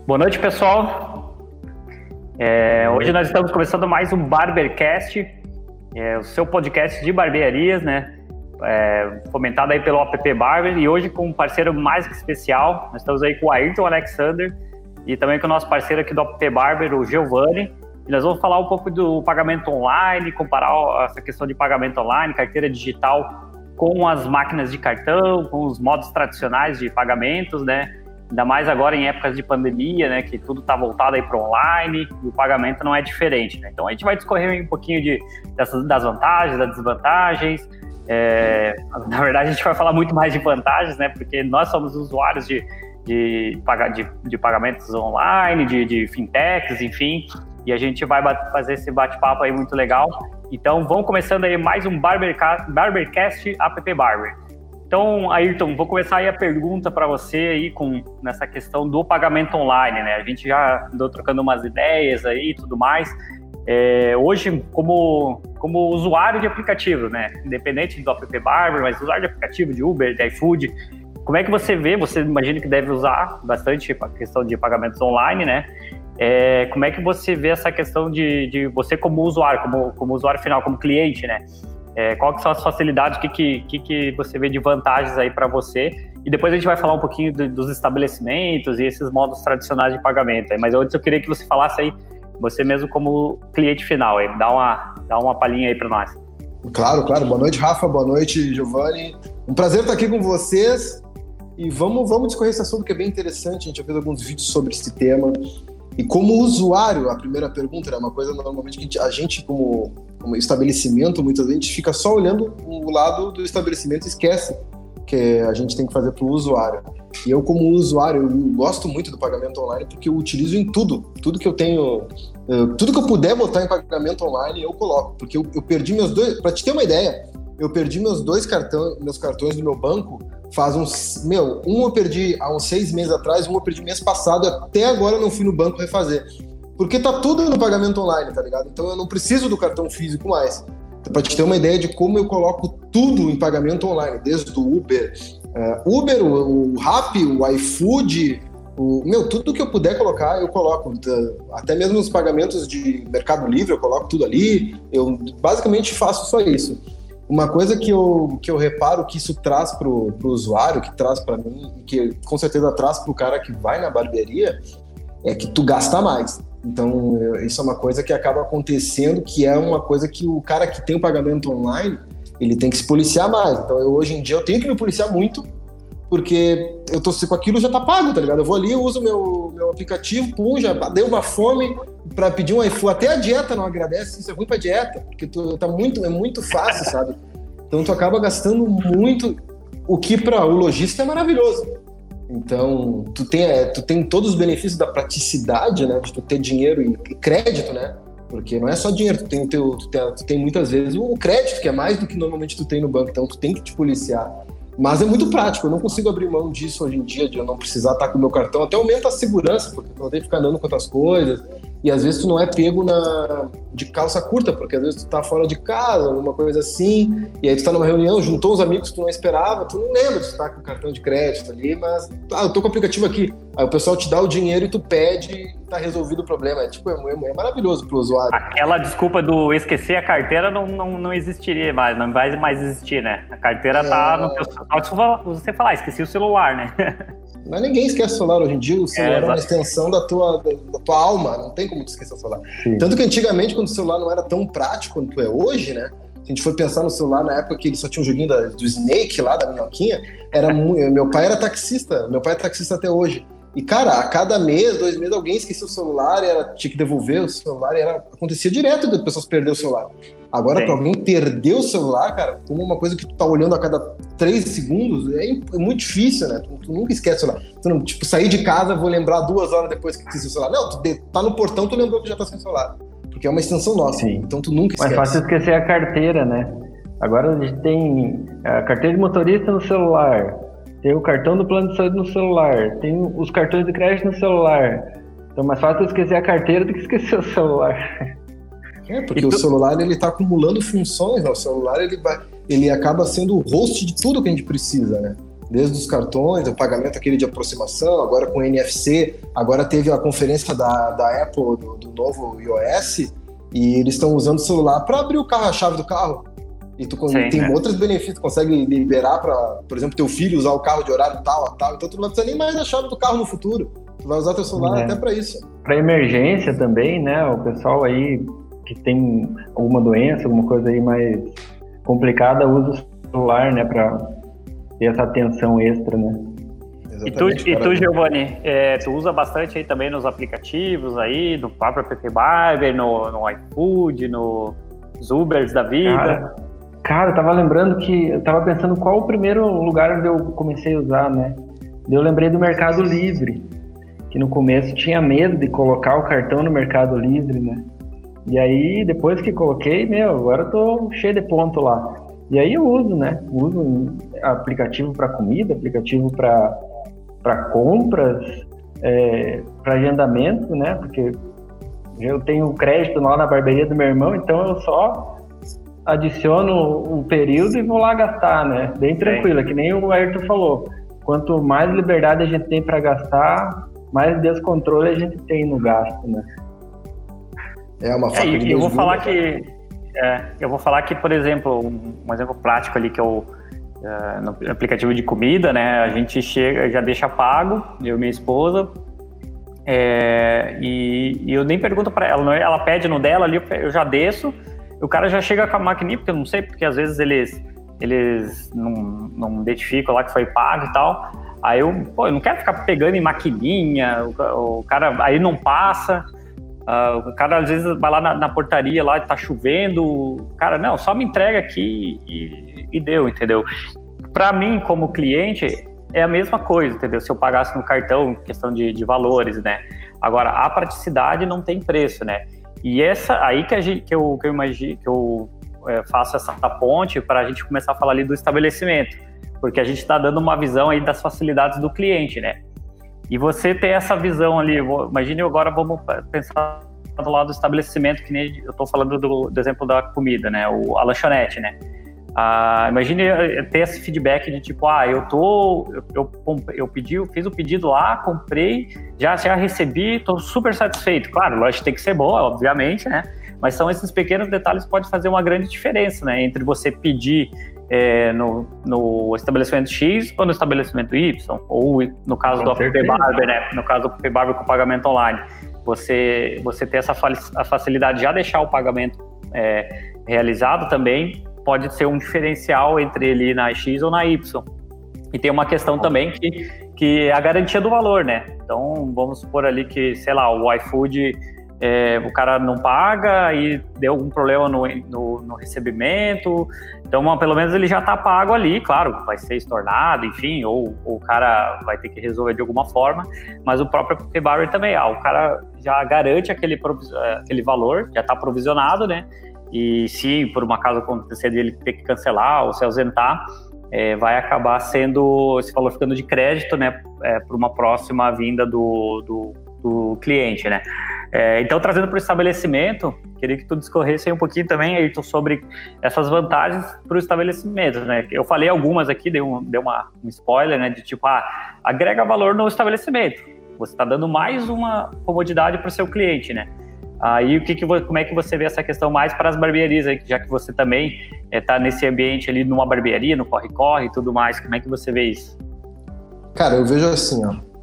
Boa noite, pessoal. Hoje nós estamos começando mais um Barbercast, o seu podcast de barbearias, né? Fomentado aí pelo app Barber, e hoje com um parceiro mais que especial. Nós estamos aí com o Ayrton Alexander e também com o nosso parceiro aqui do app Barber, o Giovanni. E nós vamos falar um pouco do pagamento online, comparar essa questão de pagamento online, carteira digital com as máquinas de cartão, com os modos tradicionais de pagamentos, né? Ainda mais agora em épocas de pandemia, né, que tudo está voltado aí para online e o pagamento não é diferente, né? Então a gente vai discorrer um pouquinho das vantagens, das desvantagens. Na verdade a gente vai falar muito mais de vantagens, né, porque nós somos usuários de pagamentos online, de fintechs, enfim, e a gente vai fazer esse bate-papo aí muito legal. Então vamos começando aí mais um Barbercast app Barber. Então, Ayrton, vou começar aí a pergunta para você aí nessa questão do pagamento online, né? A gente já andou trocando umas ideias aí e tudo mais. Hoje, como usuário de aplicativo, né? Independente do app Barber, mas usuário de aplicativo, de Uber, de iFood, como é que você vê? Você imagina que deve usar bastante a questão de pagamentos online, né? Como é que você vê essa questão de você como usuário, como usuário final, como cliente, né? Qual que são as facilidades, o que você vê de vantagens aí para você, e depois a gente vai falar um pouquinho dos estabelecimentos e esses modos tradicionais de pagamento aí. Mas antes eu queria que você falasse aí, você mesmo como cliente final, aí, dá uma palhinha aí para nós. Claro. Boa noite, Rafa, boa noite, Giovanni. Um prazer estar aqui com vocês e vamos discorrer esse assunto que é bem interessante. A gente já fez alguns vídeos sobre esse tema. E como usuário, a primeira pergunta é uma coisa normalmente que a gente como estabelecimento, muitas vezes a gente fica só olhando o lado do estabelecimento e esquece que a gente tem que fazer para o usuário. E eu como usuário, eu gosto muito do pagamento online porque eu utilizo em tudo que eu tenho, tudo que eu puder botar em pagamento online eu coloco, porque eu perdi meus dois, para te ter uma ideia, eu perdi meus cartões do meu banco faz um eu perdi há uns 6 meses atrás, um eu perdi mês passado, até agora eu não fui no banco refazer. Porque tá tudo no pagamento online, tá ligado? Então eu não preciso do cartão físico mais. Então, pra te ter uma ideia de como eu coloco tudo em pagamento online, desde o Uber, o Rappi, o iFood, tudo que eu puder colocar, eu coloco. Até mesmo os pagamentos de Mercado Livre, eu coloco tudo ali. Eu basicamente faço só isso. Uma coisa que eu reparo que isso traz pro usuário, que traz para mim, e que com certeza traz pro cara que vai na barbearia, é que tu gasta mais. Então, isso é uma coisa que acaba acontecendo, que é uma coisa que o cara que tem o pagamento online, ele tem que se policiar mais. Então, hoje em dia, eu tenho que me policiar muito, porque eu tô com aquilo já tá pago, tá ligado? Eu vou ali, eu uso meu aplicativo, já dei uma fome pra pedir um iFood. Até a dieta não agradece, isso é ruim pra dieta, porque é muito fácil, sabe? Então tu acaba gastando muito, o que para o lojista é maravilhoso. Então tu tem todos os benefícios da praticidade, né? De tu ter dinheiro e crédito, né? Porque não é só dinheiro, tu tem muitas vezes o crédito, que é mais do que normalmente tu tem no banco, então tu tem que te policiar. Mas é muito prático, eu não consigo abrir mão disso hoje em dia, de eu não precisar estar com o meu cartão. Até aumenta a segurança, porque tu não tem que ficar andando com outras coisas. E às vezes tu não é pego de calça curta, porque às vezes tu tá fora de casa, alguma coisa assim, e aí tu tá numa reunião, juntou uns amigos que tu não esperava, tu não lembra de estar com o cartão de crédito ali, mas eu tô com o aplicativo aqui. Aí o pessoal te dá o dinheiro e tu pede e tá resolvido o problema. É maravilhoso pro usuário. Aquela desculpa do esquecer a carteira não existiria mais, não vai mais existir, né? A carteira tá no teu celular. Você falar, esqueci o celular, né? Mas ninguém esquece o celular hoje em dia, o celular é uma extensão da tua alma, não tem como tu esquecer o celular. Sim. Tanto que antigamente, quando o celular não era tão prático quanto é hoje, né? Se a gente for pensar no celular na época que ele só tinha um joguinho do Snake lá, da minhoquinha, meu pai era taxista, meu pai é taxista até hoje. E, cara, a cada mês, 2 meses, alguém esquecia o celular, tinha que devolver o celular, acontecia direto de pessoas perderem o celular. Agora, para alguém perder o celular, cara, como uma coisa que tu tá olhando a cada 3 segundos, é muito difícil, né? Tu nunca esquece o celular. Tu não, sair de casa, vou lembrar 2 horas depois que esqueci o celular. Não, tu tá no portão, tu lembrou que já tá sem o celular. Porque é uma extensão nossa, sim. Então tu nunca esquece. Mas fácil esquecer a carteira, né? Agora a gente tem a carteira de motorista no celular, tem o cartão do plano de saúde no celular, tem os cartões de crédito no celular. Então é mais fácil esquecer a carteira do que esquecer o celular. Porque o celular ele tá acumulando funções, né? O celular ele acaba sendo o host de tudo que a gente precisa, né? desde os cartões, o pagamento aquele de aproximação, agora com NFC, agora teve a conferência da Apple do novo iOS, e eles estão usando o celular para abrir o carro, a chave do carro. E tu tem outros benefícios, consegue liberar para, por exemplo, teu filho usar o carro de horário tal a tal, então tu não precisa nem mais da chave do carro no futuro. Tu vai usar teu celular até para isso. Para emergência também, né? O pessoal aí que tem alguma doença, alguma coisa aí mais complicada, usa o celular, né? Para ter essa atenção extra, né? E tu, Giovanni, tu usa bastante aí também nos aplicativos aí, no próprio app Barber, no iFood, nos Ubers da vida? Cara, eu tava lembrando que eu tava pensando qual o primeiro lugar onde eu comecei a usar, né? Eu lembrei do Mercado Livre, que no começo tinha medo de colocar o cartão no Mercado Livre, né? E aí, depois que coloquei, agora eu tô cheio de ponto lá. E aí eu uso, né? Uso aplicativo para comida, aplicativo para compras, para agendamento, né? Porque eu tenho crédito lá na barbearia do meu irmão, então eu só adiciono o período e vou lá gastar, né? Bem tranquilo, que nem o Ayrton falou. Quanto mais liberdade a gente tem para gastar, mais descontrole a gente tem no gasto, né? Uma faca de eu vou falar que, por exemplo, um exemplo prático ali que eu no aplicativo de comida, né? A gente já deixa pago, eu e minha esposa, e eu nem pergunto para ela, ela pede no dela ali, eu já desço. O cara já chega com a maquininha, porque eu não sei, porque às vezes eles não identificam lá que foi pago e tal. Aí eu não quero ficar pegando em maquininha, o cara aí não passa. O cara às vezes vai lá na portaria, lá tá chovendo. O cara, não, só me entrega aqui e deu, entendeu? Para mim, como cliente, é a mesma coisa, entendeu? Se eu pagasse no cartão, questão de valores, né? Agora, a praticidade não tem preço, né? E essa aí que eu imagino, que eu faço essa ponte para a gente começar a falar ali do estabelecimento, porque a gente está dando uma visão aí das facilidades do cliente, né? E você ter essa visão ali, imagine agora, vamos pensar do lado do estabelecimento, que nem eu estou falando do exemplo da comida, né? A lanchonete, né? Imagine ter esse feedback de tipo, eu fiz o pedido lá, comprei, já recebi, estou super satisfeito. Claro, o lanche tem que ser bom, obviamente, né? Mas são esses pequenos detalhes que podem fazer uma grande diferença, né? Entre você pedir no estabelecimento X ou no estabelecimento Y, ou no caso do app Barber, né? No caso do app Barber com pagamento online. Você ter essa facilidade de já deixar o pagamento realizado também pode ser um diferencial entre ele na X ou na Y. E tem uma questão também que é a garantia do valor, né? Então, vamos supor ali que, sei lá, o iFood, o cara não paga e deu algum problema no recebimento. Então, pelo menos ele já está pago ali, claro, vai ser estornado, enfim, ou o cara vai ter que resolver de alguma forma, mas o próprio app Barber também, o cara já garante aquele valor, já está provisionado, né? E se por um acaso acontecer dele ter que cancelar ou se ausentar, vai acabar sendo esse valor ficando de crédito, né, para uma próxima vinda do cliente, né? Então, trazendo para o estabelecimento, queria que tu discorresse aí um pouquinho também, Ayrton, sobre essas vantagens para o estabelecimento, né? Eu falei algumas aqui, dei um spoiler, né, de tipo, agrega valor no estabelecimento. Você está dando mais uma comodidade para o seu cliente, né? Aí, como é que você vê essa questão mais para as barbearias, aí, já que você também está nesse ambiente ali, numa barbearia, no corre-corre e tudo mais, como é que você vê isso? Cara, eu vejo assim,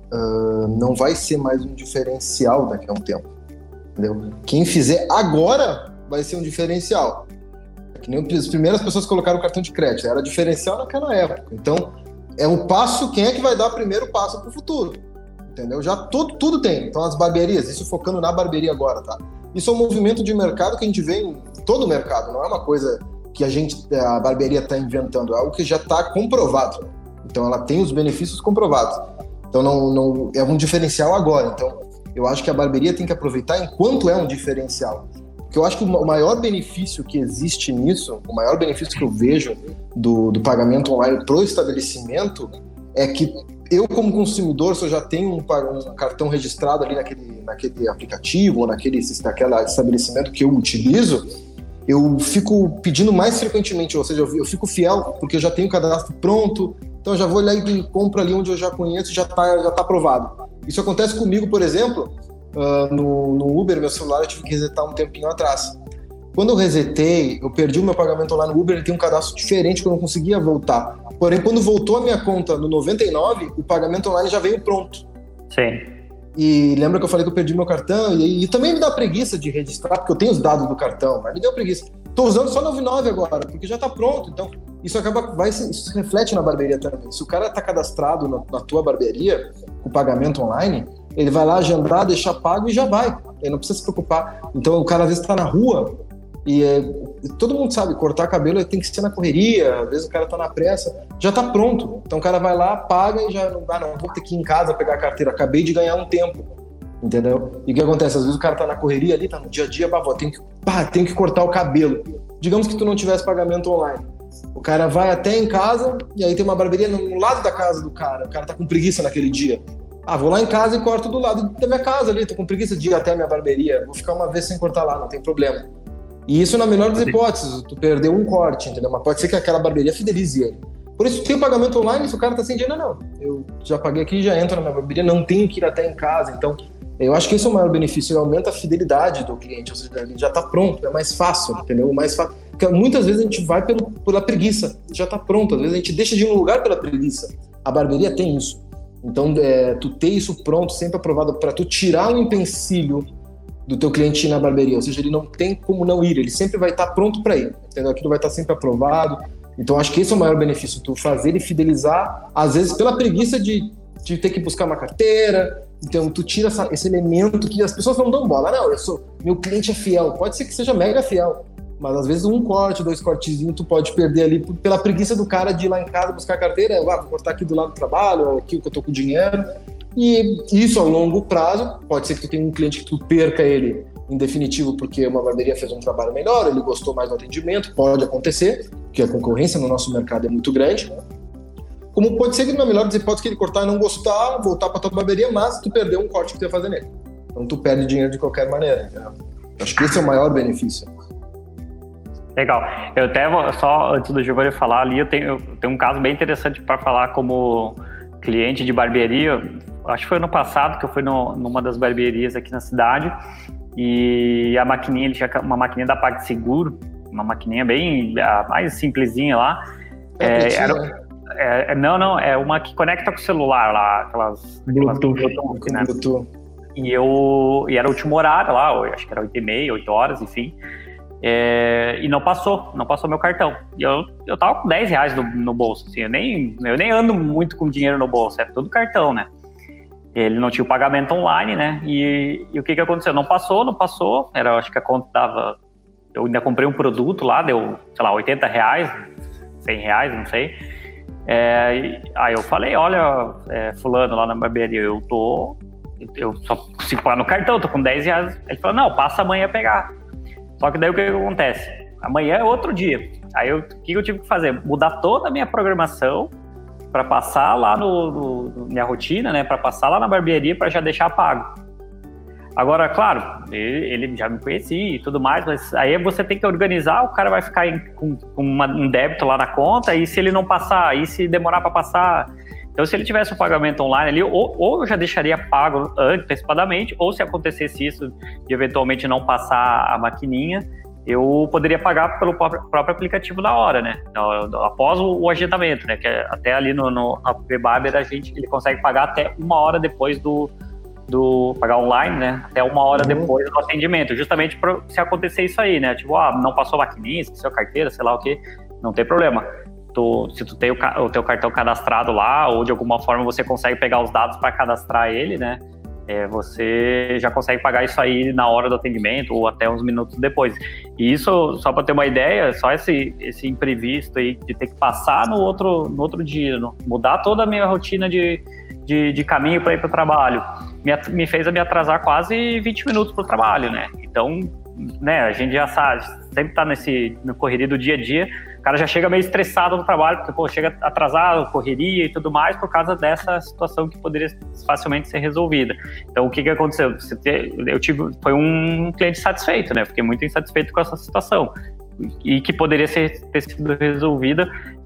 não vai ser mais um diferencial daqui a um tempo, entendeu? Quem fizer agora vai ser um diferencial. Que nem as primeiras pessoas colocaram o cartão de crédito, era diferencial naquela época. Então, é um passo, quem é que vai dar o primeiro passo para o futuro? Entendeu? Já tudo tem. Então, as barbearias, isso focando na barbearia agora, tá? Isso é um movimento de mercado que a gente vê em todo o mercado, não é uma coisa que a barbearia está inventando, é algo que já está comprovado. Então, ela tem os benefícios comprovados. Então, não é um diferencial agora. Então, eu acho que a barbearia tem que aproveitar enquanto é um diferencial. Porque eu acho que o maior benefício que existe nisso, o maior benefício que eu vejo do pagamento online pro estabelecimento é que eu, como consumidor, se eu já tenho um cartão registrado ali naquele aplicativo ou naquele estabelecimento que eu utilizo, eu fico pedindo mais frequentemente, ou seja, eu fico fiel porque eu já tenho o cadastro pronto, então eu já vou lá e compro ali onde eu já conheço, já tá aprovado. Isso acontece comigo, por exemplo, no Uber, meu celular eu tive que resetar um tempinho atrás. Quando eu resetei, eu perdi o meu pagamento lá no Uber, ele tem um cadastro diferente que eu não conseguia voltar. Porém, quando voltou a minha conta no 99, o pagamento online já veio pronto. Sim. E lembra que eu falei que eu perdi meu cartão? E também me dá preguiça de registrar, porque eu tenho os dados do cartão, mas me deu preguiça. Tô usando só 99 agora, porque já tá pronto. Então, isso se reflete na barbearia também. Se o cara tá cadastrado na tua barbearia, com pagamento online, ele vai lá agendar, deixar pago e já vai. Ele não precisa se preocupar. Então, o cara às vezes tá na rua e todo mundo sabe, cortar cabelo tem que ser na correria, às vezes o cara tá na pressa, já tá pronto. Então o cara vai lá, paga e já não vou ter que ir em casa pegar a carteira, acabei de ganhar um tempo, entendeu? E o que acontece? Às vezes o cara tá na correria ali, tá no dia a dia, tem que cortar o cabelo. Digamos que tu não tivesse pagamento online. O cara vai até em casa e aí tem uma barbearia no lado da casa do cara, o cara tá com preguiça naquele dia. Vou lá em casa e corto do lado da minha casa ali, tô com preguiça de ir até a minha barbearia, vou ficar uma vez sem cortar lá, não tem problema. E isso na melhor das hipóteses, tu perdeu um corte, entendeu? Mas pode ser que aquela barbearia fidelize ele. Por isso, tem o pagamento online, se o cara tá sem dinheiro, não. Eu já paguei aqui, já entro na minha barbearia, não tenho que ir até em casa. Então, eu acho que esse é o maior benefício, ele aumenta a fidelidade do cliente, ou seja, ele já tá pronto, é mais fácil, entendeu? Mais fácil. Porque muitas vezes a gente vai pela preguiça, já tá pronto, às vezes a gente deixa de ir num lugar pela preguiça. A barbearia tem isso. Então, tu ter isso pronto, sempre aprovado, para tu tirar um empecilho do teu cliente ir na barbearia, ou seja, ele não tem como não ir, ele sempre vai estar pronto para ir, entendeu? Aquilo vai estar sempre aprovado. Então acho que esse é o maior benefício, tu fazer ele fidelizar, às vezes pela preguiça de ter que buscar uma carteira. Então tu tira esse elemento que as pessoas não dão bola. Não, meu cliente é fiel, pode ser que seja mega fiel, mas às vezes um corte, 2 cortezinhos tu pode perder ali pela preguiça do cara de ir lá em casa buscar a carteira. Vou cortar aqui do lado do trabalho, aqui que eu tô com dinheiro. E isso a longo prazo, pode ser que tu tenha um cliente que tu perca ele em definitivo porque uma barbearia fez um trabalho melhor, ele gostou mais do atendimento, pode acontecer, porque a concorrência no nosso mercado é muito grande. Como pode ser que na melhor das hipóteses que ele cortar e não gostar, voltar para tua barbearia, mas tu perdeu um corte que tu ia fazer nele. Então tu perde dinheiro de qualquer maneira, entendeu? Acho que esse é o maior benefício. Legal. Eu até só antes do Giovanni falar ali, eu tenho um caso bem interessante para falar como cliente de barbearia. Acho que foi ano passado que eu fui numa das barbearias aqui na cidade e a maquininha, ele tinha uma maquininha da PagSeguro, uma maquininha bem mais simplesinha lá. Não, é uma que conecta com o celular lá, aquelas Bluetooth, né? E era o último horário lá, acho que era 8h30, 8 horas, enfim. E não passou meu cartão. E eu tava com R$10 no bolso, assim, eu nem ando muito com dinheiro no bolso, é tudo cartão, né? Ele não tinha o pagamento online, né? E o que aconteceu? Não passou, acho que a conta dava... Eu ainda comprei um produto lá, deu, sei lá, R$80, R$100, não sei. Aí eu falei, olha, fulano lá na barbearia, eu só consigo pagar no cartão, tô com R$10. Ele falou, não, passa amanhã a pegar. Só que daí o que acontece? Amanhã é outro dia. Aí o que eu tive que fazer? Mudar toda a minha programação para passar lá minha rotina, né? Para passar lá na barbearia para já deixar pago. Agora, claro, ele já me conhecia e tudo mais, mas aí você tem que organizar, o cara vai ficar com um débito lá na conta, e se ele não passar, e se demorar para passar... Então, se ele tivesse um pagamento online ali, ou eu já deixaria pago antecipadamente, ou se acontecesse isso de eventualmente não passar a maquininha, eu poderia pagar pelo próprio aplicativo na hora, né? Após o agendamento, né? Que até ali no App Barber ele consegue pagar até 1 hora depois pagar online, né? Até 1 hora depois do atendimento, justamente se acontecer isso aí, né? Tipo, não passou a maquininha, esqueceu a carteira, sei lá o que, não tem problema. Se tu tem o teu cartão cadastrado lá, ou de alguma forma você consegue pegar os dados para cadastrar ele, né? Você já consegue pagar isso aí na hora do atendimento ou até uns minutos depois. E isso, só para ter uma ideia, só esse imprevisto aí de ter que passar no outro dia, mudar toda a minha rotina de caminho para ir para o trabalho, me fez me atrasar quase 20 minutos para o trabalho, né? Então, né, a gente já sabe, sempre tá no correria do dia a dia, o cara já chega meio estressado no trabalho, porque chega atrasado, correria e tudo mais, por causa dessa situação que poderia facilmente ser resolvida. Então, o que aconteceu? Foi um cliente satisfeito, né? Fiquei muito insatisfeito com essa situação, e que poderia ter sido resolvida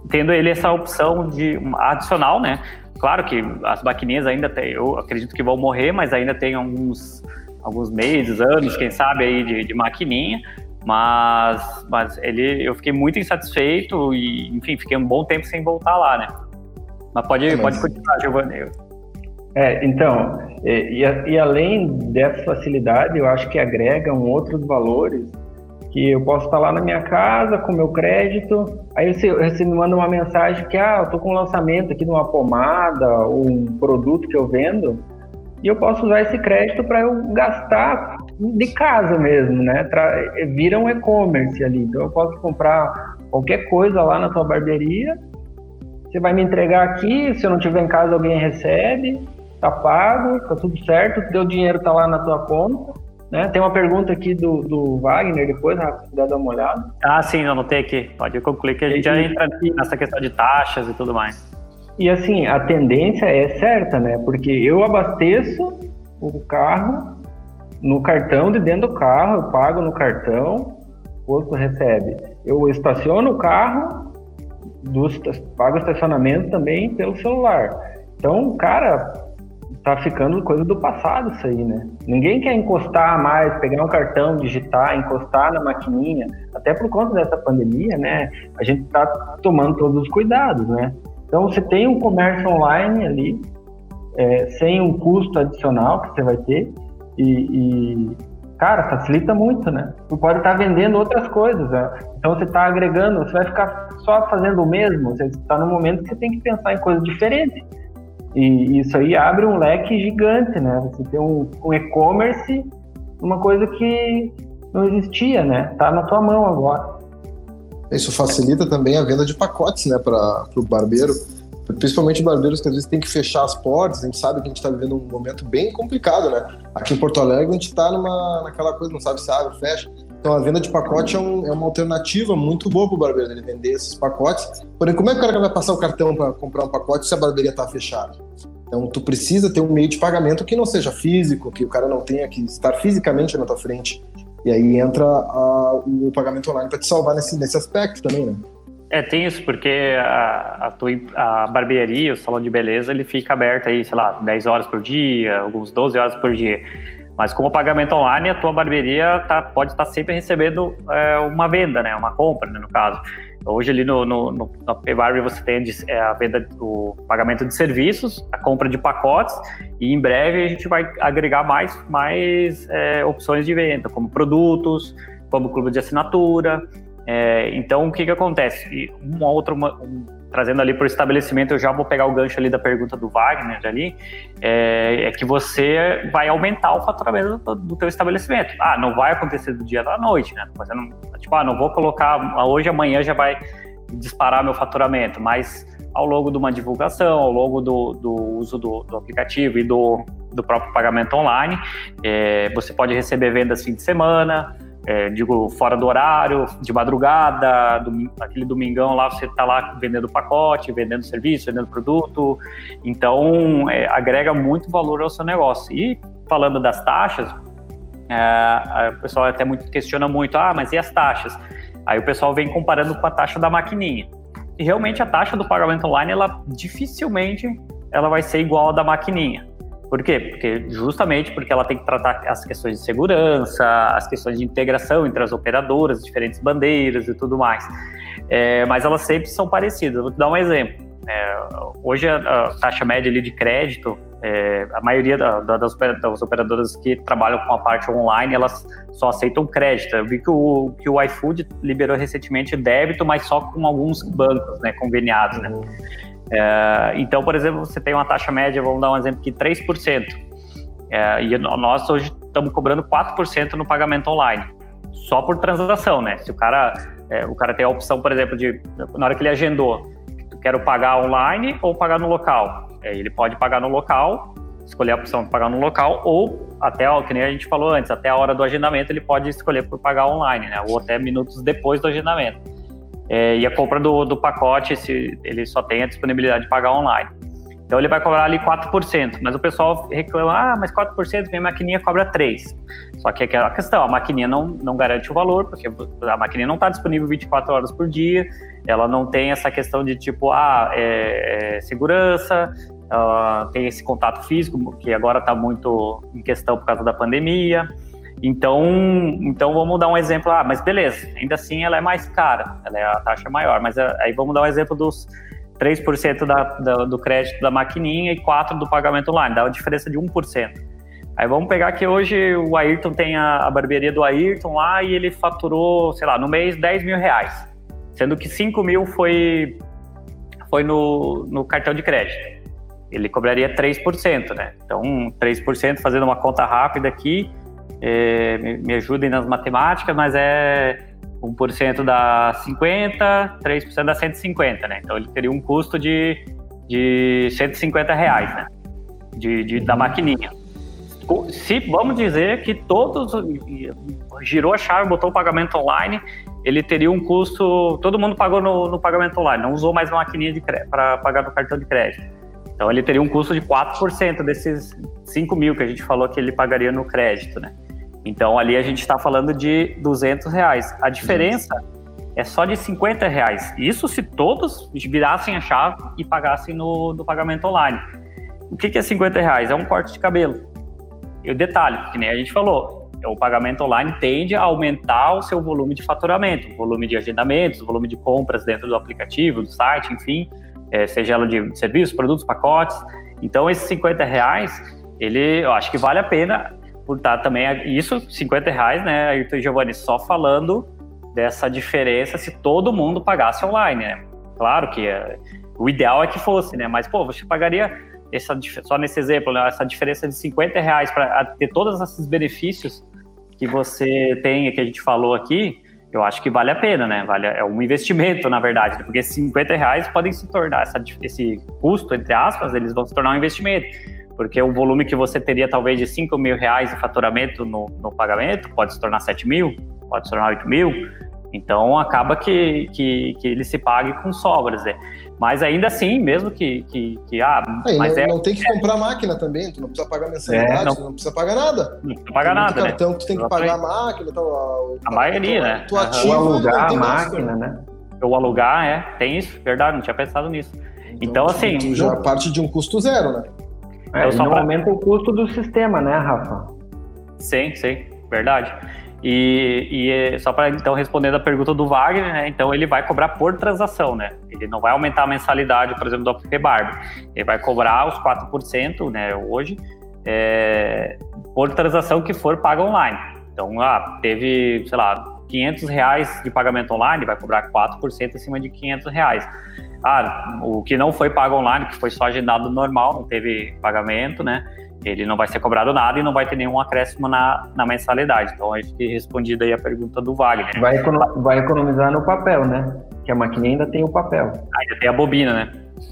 tendo ele essa opção de adicional, né? Claro que as maquininhas ainda tem, eu acredito que vão morrer, mas ainda tem alguns meses, anos, quem sabe aí de maquininha, mas eu fiquei muito insatisfeito e, enfim, fiquei um bom tempo sem voltar lá, né? Mas pode continuar, Giovanni. Então, e além dessa facilidade, eu acho que agrega outros valores, que eu posso estar lá na minha casa com meu crédito, aí você me manda uma mensagem que, eu tô com um lançamento aqui de uma pomada ou um produto que eu vendo, e eu posso usar esse crédito para eu gastar de casa mesmo, né? Vira um e-commerce ali, então eu posso comprar qualquer coisa lá na tua barbearia, você vai me entregar aqui, se eu não estiver em casa alguém recebe, tá pago, tá tudo certo, teu dinheiro tá lá na tua conta, né? Tem uma pergunta aqui do Wagner depois, se puder dar uma olhada. Sim, eu anotei aqui, pode concluir que a gente já entra nessa questão de taxas e tudo mais. E assim, a tendência é certa, né? Porque eu abasteço o carro no cartão de dentro do carro, eu pago no cartão, o posto recebe. Eu estaciono o carro, pago o estacionamento também pelo celular. Então, cara, tá ficando coisa do passado isso aí, né? Ninguém quer encostar mais, pegar um cartão, digitar, encostar na maquininha. Até por conta dessa pandemia, né? A gente tá tomando todos os cuidados, né? Então, você tem um comércio online ali, sem um custo adicional que você vai ter e cara, facilita muito, né? Tu pode estar vendendo outras coisas, né? Então, você está agregando, você vai ficar só fazendo o mesmo, você está no momento que você tem que pensar em coisas diferentes. E isso aí abre um leque gigante, né? Você tem um e-commerce, uma coisa que não existia, né? Tá na tua mão agora. Isso facilita também a venda de pacotes, né, para o barbeiro, principalmente barbeiros que às vezes tem que fechar as portas. A gente sabe que a gente está vivendo um momento bem complicado, né? Aqui em Porto Alegre a gente está naquela coisa, não sabe se abre ou fecha. Então a venda de pacote é uma alternativa muito boa para o barbeiro, ele vender esses pacotes. Porém, como é que o cara vai passar o cartão para comprar um pacote se a barbearia está fechada? Então tu precisa ter um meio de pagamento que não seja físico, que o cara não tenha que estar fisicamente na tua frente. E aí entra o pagamento online para te salvar nesse aspecto também, né? Tem isso, porque a barbearia, o salão de beleza, ele fica aberto aí, sei lá, 10 horas por dia, alguns 12 horas por dia. Mas com o pagamento online, a tua barbearia pode estar sempre recebendo uma venda, né? Uma compra, né, no caso. Hoje ali no P-Barber você tem a venda, o pagamento de serviços, a compra de pacotes, e em breve a gente vai agregar mais opções de venda, como produtos, como clube de assinatura. Então, o que acontece? Trazendo ali para o estabelecimento, eu já vou pegar o gancho ali da pergunta do Wagner ali, que você vai aumentar o faturamento do teu estabelecimento. Não vai acontecer do dia à noite, né? Você não, não vou colocar hoje, amanhã já vai disparar meu faturamento, mas ao longo de uma divulgação, ao longo do uso do aplicativo e do próprio pagamento online, você pode receber vendas fim de semana, fora do horário, de madrugada, aquele domingão lá, você está lá vendendo pacote, vendendo serviço, vendendo produto. Então, agrega muito valor ao seu negócio. E falando das taxas, o pessoal até questiona muito, mas e as taxas? Aí o pessoal vem comparando com a taxa da maquininha. E realmente a taxa do pagamento online, dificilmente ela vai ser igual à da maquininha. Por quê? Justamente porque ela tem que tratar as questões de segurança, as questões de integração entre as operadoras, diferentes bandeiras e tudo mais. Mas elas sempre são parecidas. Vou te dar um exemplo. Hoje a taxa média ali de crédito, a maioria das operadoras que trabalham com a parte online, elas só aceitam crédito. Eu vi que o iFood liberou recentemente débito, mas só com alguns bancos, né, conveniados, né? Então, por exemplo, você tem uma taxa média, vamos dar um exemplo aqui, 3%. E nós hoje estamos cobrando 4% no pagamento online, só por transação, né? Se o cara tem a opção, por exemplo, de, na hora que ele agendou, quero pagar online ou pagar no local. Ele pode pagar no local, escolher a opção de pagar no local, ou até, que nem a gente falou antes, até a hora do agendamento ele pode escolher por pagar online, né? Ou até minutos depois do agendamento. E a compra do pacote, ele só tem a disponibilidade de pagar online. Então ele vai cobrar ali 4%, mas o pessoal reclama, mas 4%, minha maquininha cobra 3%. Só que aquela questão, a maquininha não garante o valor, porque a maquininha não está disponível 24 horas por dia, ela não tem essa questão de tipo, segurança, tem esse contato físico, que agora está muito em questão por causa da pandemia. Então vamos dar um exemplo, mas beleza, ainda assim ela é mais cara, a taxa é maior, mas aí vamos dar um exemplo dos 3% do crédito da maquininha e 4% do pagamento online, dá uma diferença de 1%. Aí vamos pegar que hoje o Ayrton tem a barbearia do Ayrton lá e ele faturou, sei lá, no mês 10 mil reais, sendo que 5 mil foi no cartão de crédito. Ele cobraria 3%, né? Então, 3%, fazendo uma conta rápida aqui, me ajudem nas matemáticas, mas 1% dá 50, 3% dá 150, né? Então, ele teria um custo de 150 reais, né? Da maquininha. Se vamos dizer que todos girou a chave, botou o pagamento online, ele teria um custo, todo mundo pagou no pagamento online, não usou mais a maquininha para pagar no cartão de crédito. Então ele teria um custo de 4% desses 5 mil que a gente falou que ele pagaria no crédito, né? Então ali a gente está falando de 200 reais. A diferença é só de 50 reais. Isso se todos virassem a chave e pagassem no pagamento online. O que é 50 reais? É um corte de cabelo. E o detalhe, que nem a gente falou, o pagamento online tende a aumentar o seu volume de faturamento, o volume de agendamentos, o volume de compras dentro do aplicativo, do site, enfim, seja ela de serviços, produtos, pacotes. Então, esses 50 reais, eu acho que vale a pena, por estar também, isso, 50 reais, né, Ayrton e Giovanni, só falando dessa diferença se todo mundo pagasse online, né? Claro que o ideal é que fosse, né, mas, você pagaria... só nesse exemplo, né, essa diferença de 50 reais para ter todos esses benefícios que você tem, que a gente falou aqui, eu acho que vale a pena, né? É um investimento, na verdade, porque esses 50 reais podem se tornar, esse custo, entre aspas, eles vão se tornar um investimento, porque o volume que você teria talvez de 5 mil reais de faturamento no pagamento pode se tornar 7 mil, pode se tornar 8 mil, então acaba que ele se pague com sobras, né? Mas ainda assim, mesmo não tem que comprar máquina também, tu não precisa pagar mensalidade, tu não precisa pagar nada. Não precisa pagar nada, né? Cartão, tu tem que pagar a máquina, a maioria, né? Tu ativa, ou alugar a máquina, né? Ou alugar, tem isso, verdade, não tinha pensado nisso. Então assim... Tu já parte de um custo zero, né? Não aumenta o custo do sistema, né, Rafa? Sim, verdade. E só para então responder a pergunta do Wagner, né? Então ele vai cobrar por transação, né? Ele não vai aumentar a mensalidade, por exemplo, do app Barber. Ele vai cobrar os 4%, né? Hoje, por transação que for paga online. Então, teve, sei lá, 500 reais de pagamento online, vai cobrar 4% acima de 500 reais. O que não foi pago online, que foi só agendado normal, não teve pagamento, né? Ele não vai ser cobrado nada e não vai ter nenhum acréscimo na mensalidade. Então, acho que respondido aí a pergunta do Wagner. Vai economizar no papel, né? Que a maquininha ainda tem o papel. Ainda tem a bobina, né?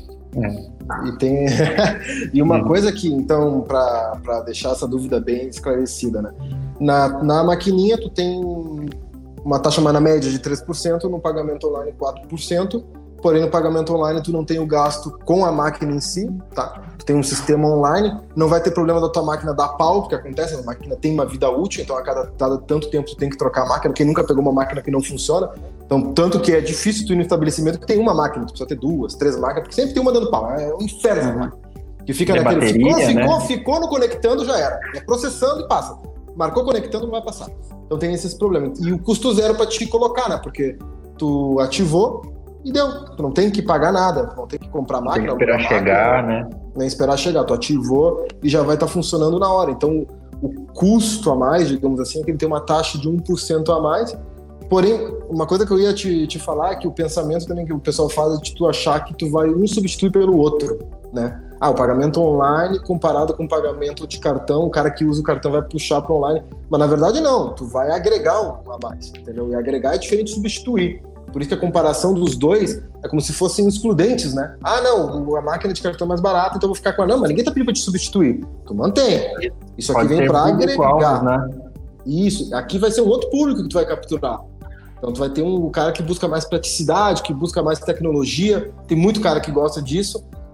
E uma coisa que, então, para deixar essa dúvida bem esclarecida, né? Na maquininha, tu tem uma taxa mais na média de 3%, no pagamento online 4%. Porém, no pagamento online, tu não tem o gasto com a máquina em si, tá? Tu tem um sistema online, não vai ter problema da tua máquina dar pau, porque acontece, a máquina tem uma vida útil, então a cada tanto tempo tu tem que trocar a máquina, quem nunca pegou uma máquina que não funciona, então tanto que é difícil tu ir no estabelecimento que tem uma máquina, tu precisa ter 2, 3 máquinas, porque sempre tem uma dando pau, é um inferno, né? Que fica naquele, bateria, ficou no conectando, já era, é processando e passa, marcou conectando, não vai passar, então tem esses problemas, e o custo zero pra te colocar, né, porque tu ativou, e deu, tu não tem que pagar nada, tu não tem que comprar máquina, tem que esperar chegar, né? Nem esperar chegar, tu ativou e já vai estar funcionando na hora. Então, o custo a mais, digamos assim, é que ele tem uma taxa de 1% a mais. Porém, uma coisa que eu ia te falar é que o pensamento também que o pessoal faz é de tu achar que tu vai um substituir pelo outro, né? O pagamento online comparado com o pagamento de cartão, o cara que usa o cartão vai puxar para online. Mas, na verdade, não, tu vai agregar um a mais, entendeu? E agregar é diferente de substituir. Por isso que a comparação dos dois é como se fossem excludentes, né? Não, a máquina de cartão é mais barata, então eu vou ficar com a... Não, mas ninguém tá pedindo pra te substituir. Tu mantém. Isso aqui vem pra agregar. Né? Isso, aqui vai ser um outro público que tu vai capturar. Então tu vai ter um cara que busca mais praticidade, que busca mais tecnologia. Tem muito cara que gosta disso.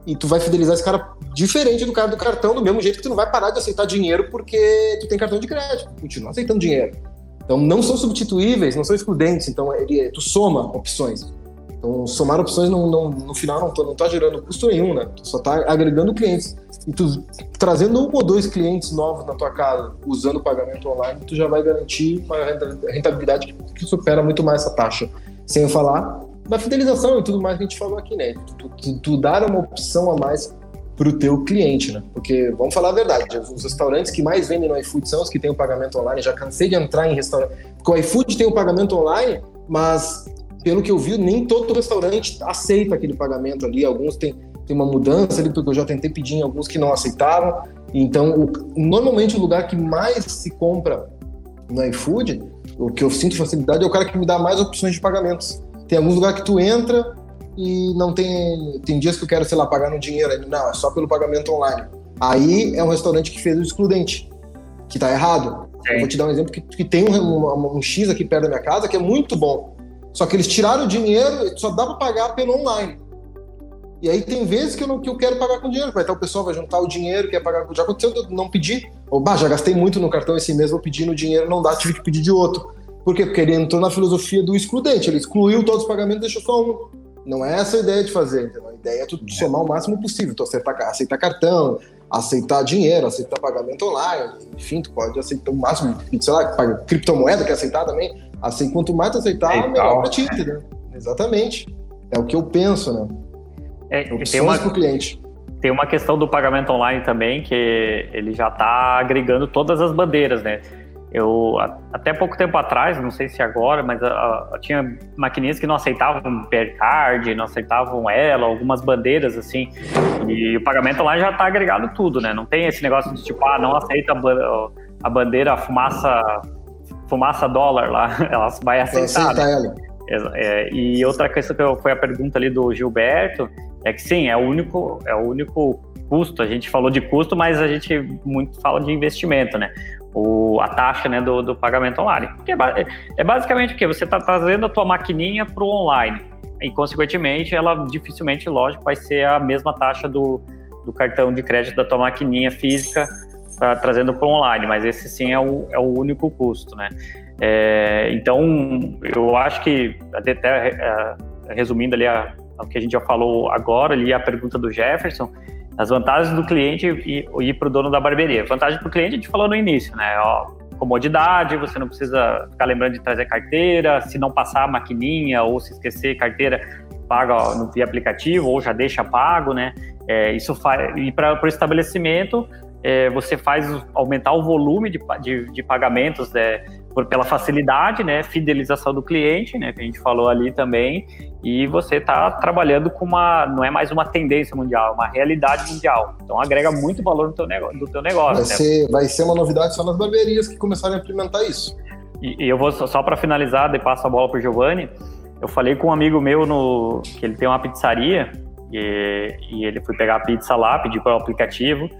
e tu vai fidelizar esse cara diferente do cara do cartão, do mesmo jeito que tu não vai parar de aceitar dinheiro porque tu tem cartão de crédito, continua aceitando dinheiro. Então não são substituíveis, não são excludentes, então tu soma opções. Então somar opções no final não tá gerando custo nenhum, né? Tu só tá agregando clientes. E tu trazendo 1 ou 2 clientes novos na tua casa, usando o pagamento online, tu já vai garantir uma rentabilidade que supera muito mais essa taxa. Sem falar da fidelização e tudo mais que a gente falou aqui, né? Tu dar uma opção a mais pro teu cliente, né? Porque, vamos falar a verdade, os restaurantes que mais vendem no iFood são os que têm o pagamento online. Já cansei de entrar em restaurante, porque o iFood tem o pagamento online, mas pelo que eu vi, nem todo restaurante aceita aquele pagamento ali. Alguns tem uma mudança ali, porque eu já tentei pedir em alguns que não aceitaram. Então, normalmente o lugar que mais se compra no iFood, o que eu sinto facilidade é o cara que me dá mais opções de pagamentos. Tem alguns lugares que tu entra e não tem dias que eu quero, sei lá, pagar no dinheiro. Não, é só pelo pagamento online. Aí é um restaurante que fez o excludente, que tá errado. Sim. Eu vou te dar um exemplo que tem um X aqui perto da minha casa que é muito bom. Só que eles tiraram o dinheiro, só dá para pagar pelo online. E aí tem vezes que eu quero pagar com dinheiro, o pessoal vai juntar o dinheiro, quer pagar. Já aconteceu de eu não pedir. Já gastei muito no cartão esse mês, vou pedir no dinheiro, não dá, tive que pedir de outro. Por quê? Porque ele entrou na filosofia do excludente, ele excluiu todos os pagamentos e deixou só um. Não é essa a ideia de fazer, entendeu? A ideia é tu somar o máximo possível, tu aceitar cartão, aceitar dinheiro, aceitar pagamento online, enfim, tu pode aceitar o máximo, sei lá, criptomoeda, quer aceitar também, assim, quanto mais tu aceitar, melhor pra ti, entendeu? Exatamente. É o que eu penso, né? Opções pro cliente. Tem uma questão do pagamento online também, que ele já está agregando todas as bandeiras, né? Eu, até pouco tempo atrás, não sei se agora, mas tinha maquininhas que não aceitavam PR Card, não aceitavam Elo, algumas bandeiras, assim, e o pagamento online já está agregado tudo, né? Não tem esse negócio de tipo, não aceita a bandeira fumaça dólar lá, ela vai aceitar. Aceita ela. E outra questão que foi a pergunta ali do Gilberto, é que sim, é o único custo. A gente falou de custo, mas a gente muito fala de investimento, né? A taxa, né, do pagamento online. Porque é basicamente o quê? Você está trazendo a tua maquininha para o online e, consequentemente, ela dificilmente, lógico, vai ser a mesma taxa do cartão de crédito da tua maquininha física, trazendo para o online, mas esse sim é o único custo, né? Então, eu acho que, até resumindo ali o que a gente já falou agora, ali a pergunta do Jefferson, as vantagens do cliente e para o dono da barbearia. Vantagem para o cliente a gente falou no início, né? Comodidade, você não precisa ficar lembrando de trazer carteira, se não passar a maquininha ou se esquecer carteira, paga via aplicativo ou já deixa pago, né? Isso faz, e para o estabelecimento, você faz aumentar o volume de pagamentos, pela facilidade, né, fidelização do cliente, né, que a gente falou ali também, e você está trabalhando com não é mais uma tendência mundial, é uma realidade mundial. Então agrega muito valor no teu negócio. Vai ser uma novidade só nas barbearias que começarem a implementar isso. E eu vou só para finalizar, daí passo a bola para o Giovanni. Eu falei com um amigo meu que ele tem uma pizzaria e ele foi pegar a pizza lá, pediu pelo aplicativo.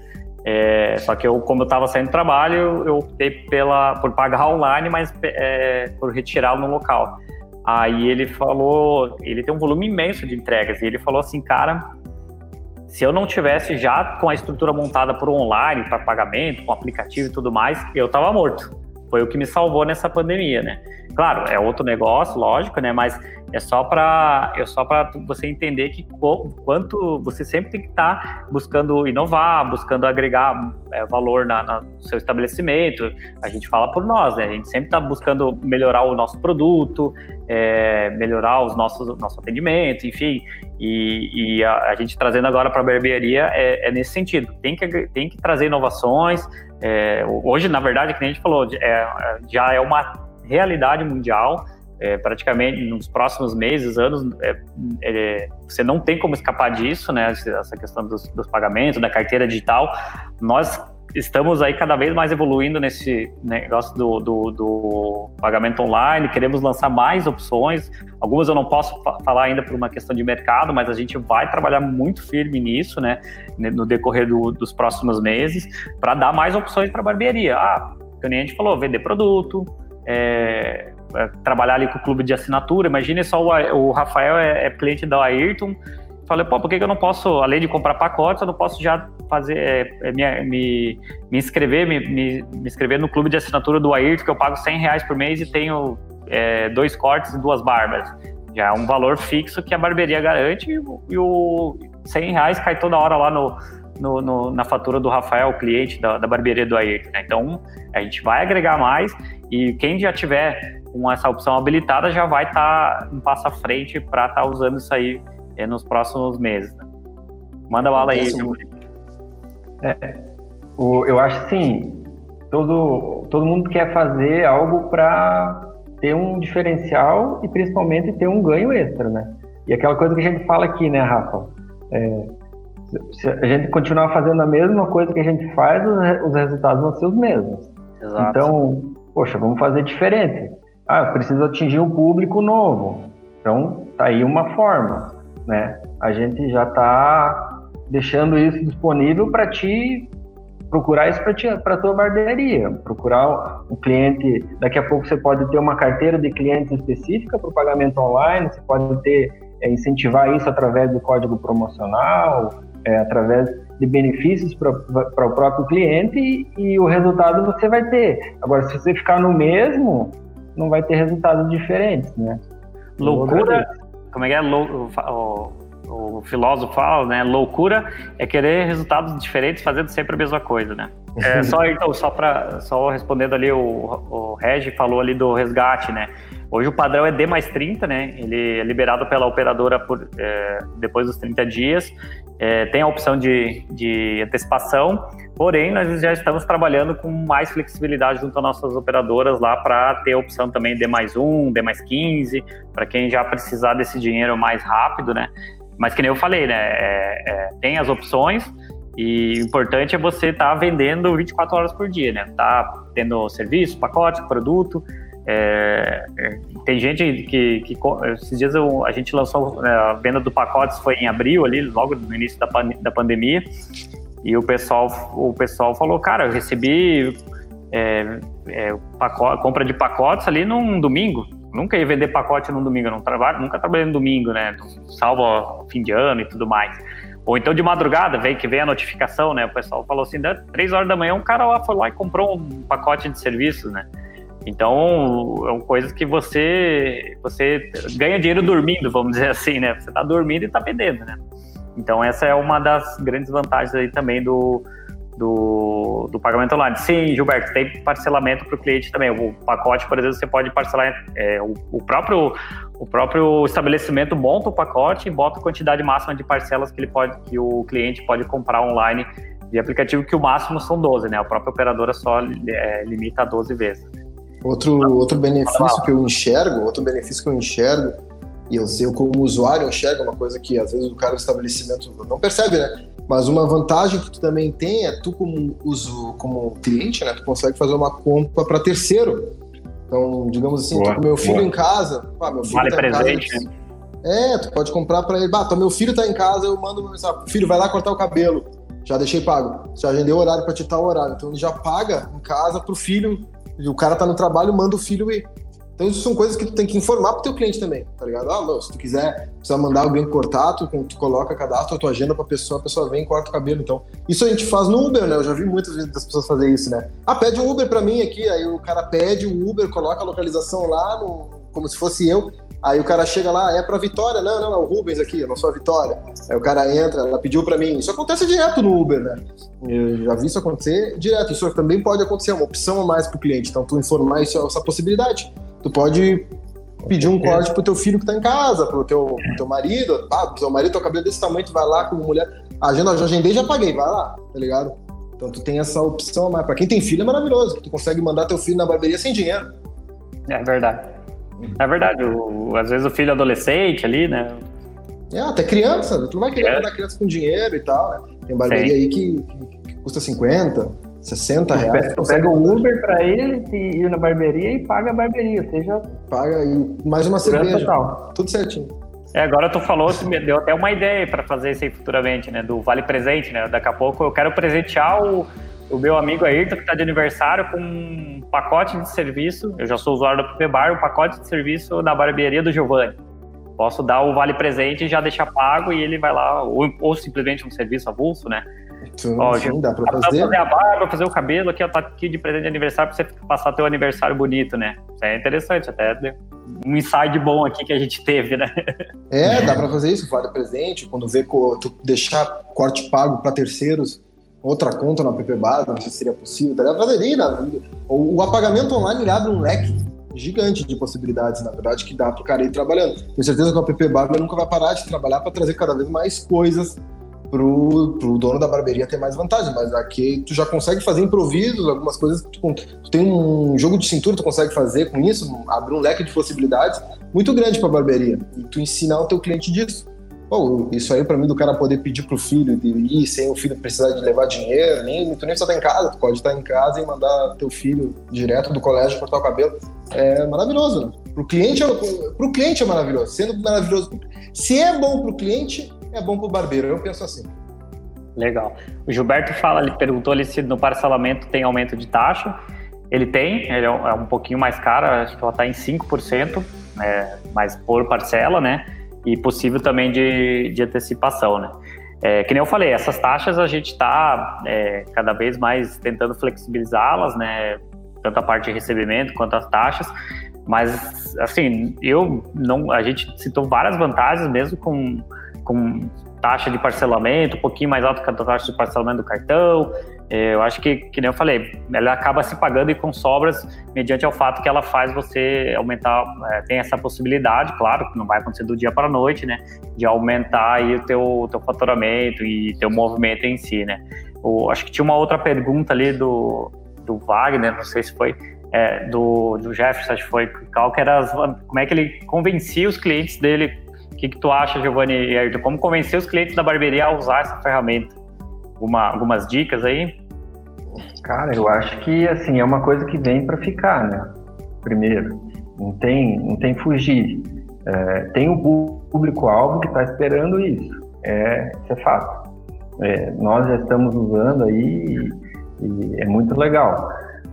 Só que como eu estava saindo do trabalho, eu optei por pagar online, mas por retirá-lo no local. Aí ele falou, ele tem um volume imenso de entregas, e ele falou assim, cara, se eu não tivesse já com a estrutura montada por online, para pagamento, com aplicativo e tudo mais, eu estava morto. Foi o que me salvou nessa pandemia, né? Claro, é outro negócio, lógico, né? Mas é só para você entender que quanto você sempre tem que estar buscando inovar, buscando agregar valor no seu estabelecimento. A gente fala por nós, né? A gente sempre está buscando melhorar o nosso produto, melhorar nosso atendimento, enfim. E a gente trazendo agora para a barbearia é nesse sentido. Tem que trazer inovações. Hoje, na verdade, que a gente falou, já é uma realidade mundial. Praticamente nos próximos meses, anos, você não tem como escapar disso, né? Essa questão dos pagamentos, da carteira digital. Nós estamos aí cada vez mais evoluindo nesse negócio do pagamento online, queremos lançar mais opções. Algumas eu não posso falar ainda por uma questão de mercado, mas a gente vai trabalhar muito firme nisso, né? No decorrer dos próximos meses, para dar mais opções para a barbearia. Como a gente falou, vender produto, trabalhar ali com o clube de assinatura. Imagine só, o Rafael é cliente da Ayrton, falei, pô, por que eu não posso, além de comprar pacotes, eu não posso já fazer, me inscrever no clube de assinatura do Ayrton, que eu pago R$100 por mês e tenho 2 cortes e 2 barbas. Já é um valor fixo que a barbearia garante e o R$100 cai toda hora lá na fatura do Rafael, cliente da barbearia do Ayrton, né? Então, a gente vai agregar mais e quem já tiver com essa opção habilitada já vai estar um passo à frente para estar usando isso aí nos próximos meses, né? Manda bala aí. Eu acho assim, todo mundo quer fazer algo para ter um diferencial e principalmente ter um ganho extra, né? E aquela coisa que a gente fala aqui, né, Rafa? Se a gente continuar fazendo a mesma coisa que a gente faz, os resultados vão ser os mesmos. Exato. Então, poxa, vamos fazer diferente. Eu preciso atingir um público novo. Então, tá aí uma forma, né? A gente já tá deixando isso disponível para ti procurar isso para tua barbearia, procurar um cliente. Daqui a pouco você pode ter uma carteira de clientes específica para o pagamento online, você pode incentivar isso através do código promocional, através de benefícios para o próprio cliente e o resultado você vai ter. Agora, se você ficar no mesmo, não vai ter resultados diferentes, né? Loucura, como é que é? O filósofo fala, né? Loucura é querer resultados diferentes fazendo sempre a mesma coisa, né? Só respondendo ali, o Regi falou ali do resgate, né? Hoje o padrão é D+30, né? Ele é liberado pela operadora depois dos 30 dias. Tem a opção de antecipação, porém nós já estamos trabalhando com mais flexibilidade junto às nossas operadoras lá para ter a opção também D+1, D+15, para quem já precisar desse dinheiro mais rápido, né? Mas que nem eu falei, né? Tem as opções e o importante é você estar vendendo 24 horas por dia, né? Tá tendo serviço, pacote, produto. Tem gente que esses dias a gente lançou a venda do pacotes, foi em abril ali, logo no início da pandemia, e o pessoal falou, cara, eu recebi compra de pacotes ali num domingo. Nunca ia vender pacote num domingo, nunca trabalhei no domingo, né? Salvo fim de ano e tudo mais. Ou então de madrugada, que vem a notificação, né? O pessoal falou assim, 3 horas da manhã, um cara lá foi lá e comprou um pacote de serviços, né? Então, é coisas que você ganha dinheiro dormindo, vamos dizer assim, né? Você tá dormindo e tá vendendo, né? Então, essa é uma das grandes vantagens aí também do pagamento online. Sim, Gilberto, tem parcelamento para o cliente também. O pacote, por exemplo, você pode parcelar, o próprio estabelecimento monta o pacote e bota a quantidade máxima de parcelas que o cliente pode comprar online de aplicativo, que o máximo são 12, né? A própria operadora só limita a 12 vezes. Outro benefício que eu enxergo, e eu como usuário enxergo uma coisa que às vezes o cara do estabelecimento não percebe, né? Mas uma vantagem que tu também tem é tu como cliente, né? Tu consegue fazer uma compra para terceiro. Então, digamos assim, tô com meu filho em casa, meu filho vale tá presente, em casa. Tu pode comprar para ele. Meu filho tá em casa, eu mando uma mensagem, filho, vai lá cortar o cabelo. Já deixei pago. Já agendei o horário para te tal horário. Então ele já paga em casa pro filho. E o cara tá no trabalho, manda o filho ir. Então isso são coisas que tu tem que informar pro teu cliente também, tá ligado? Se tu precisa mandar alguém cortar, tu coloca cadastro, a tua agenda pra pessoa, a pessoa vem e corta o cabelo. Então, isso a gente faz no Uber, né? Eu já vi muitas vezes das pessoas fazerem isso, né? Pede um Uber pra mim aqui, aí o cara pede o Uber, coloca a localização lá, como se fosse eu. Aí o cara chega lá, é pra Vitória? Não, o Rubens aqui, eu não sou a Vitória. Aí o cara entra, ela pediu pra mim. Isso acontece direto no Uber, né? Eu já vi isso acontecer direto. Isso também pode acontecer, uma opção a mais pro cliente. Então, tu informar essa possibilidade. Tu pode pedir um corte pro teu filho que tá em casa, pro teu marido. Teu marido tem o cabelo desse tamanho, tu vai lá como mulher. A agenda eu já agendei, já paguei, vai lá, tá ligado? Então, tu tem essa opção a mais. Pra quem tem filho é maravilhoso, que tu consegue mandar teu filho na barbearia sem dinheiro. É verdade. Às vezes o filho adolescente ali, né? Até criança, tu não vai querer mandar criança com dinheiro e tal, né? Tem barbearia aí que custa 50, 60 reais. Tu pega o Uber pra ele ir na barbearia e paga a barbearia, ou seja... Paga e mais uma cerveja, tudo certinho. Agora tu falou, me deu até uma ideia para fazer isso aí futuramente, né? Do Vale Presente, né? Daqui a pouco eu quero presentear o meu amigo Ayrton, que está de aniversário, com um pacote de serviço. Eu já sou usuário da PP Bar, um pacote de serviço na barbearia do Giovanni. posso dar o vale presente e já deixar pago e ele vai lá, ou simplesmente um serviço avulso, né? Sim, dá pra fazer. Fazer a barba, fazer o cabelo aqui, ó, tá aqui de presente de aniversário pra você passar teu aniversário bonito, né? Isso é interessante, até um insight bom aqui que a gente teve, né? Dá pra fazer isso, vale presente, quando vê tu deixar corte pago pra terceiros, outra conta na app Bar, não sei se seria possível, tá ligado? O apagamento online ele abre um leque gigante de possibilidades, na verdade, que dá pro cara ir trabalhando. Tenho certeza que o app Bar nunca vai parar de trabalhar para trazer cada vez mais coisas pro dono da barbearia ter mais vantagem, mas aqui tu já consegue fazer improvisos, algumas coisas que tu tem um jogo de cintura, tu consegue fazer com isso, abrir um leque de possibilidades muito grande pra barbearia, e tu ensinar o teu cliente disso. Isso aí pra mim do cara poder pedir pro filho de ir sem o filho precisar de levar dinheiro, tu nem precisa estar em casa, tu pode estar em casa e mandar teu filho direto do colégio cortar o cabelo. É maravilhoso, né? Pro cliente é maravilhoso, sendo maravilhoso. Se é bom pro cliente, é bom pro barbeiro, eu penso assim. Legal. O Gilberto ele perguntou ali se no parcelamento tem aumento de taxa. Ele é um pouquinho mais caro, acho que ela está em 5%, mas por parcela, né? E possível também de antecipação, né? Que nem eu falei, essas taxas a gente está cada vez mais tentando flexibilizá-las, né? Tanto a parte de recebimento quanto as taxas, mas assim, a gente citou várias vantagens mesmo com taxa de parcelamento, um pouquinho mais alta que a taxa de parcelamento do cartão. Eu acho que nem eu falei, ela acaba se pagando e com sobras, mediante ao fato que ela faz você aumentar, tem essa possibilidade, claro, que não vai acontecer do dia para a noite, né, de aumentar aí o teu faturamento e teu movimento em si, né. Acho que tinha uma outra pergunta ali do Wagner, não sei se foi, do Jefferson, acho que foi, como é que ele convencia os clientes dele. O que tu acha, Giovanni e Ayrton? Como convencer os clientes da barbearia a usar essa ferramenta? Algumas dicas aí? Cara, eu acho que assim, é uma coisa que vem para ficar, né? Primeiro, não tem fugir. Tem um público-alvo que está esperando isso. Isso é fato. Nós já estamos usando aí e é muito legal.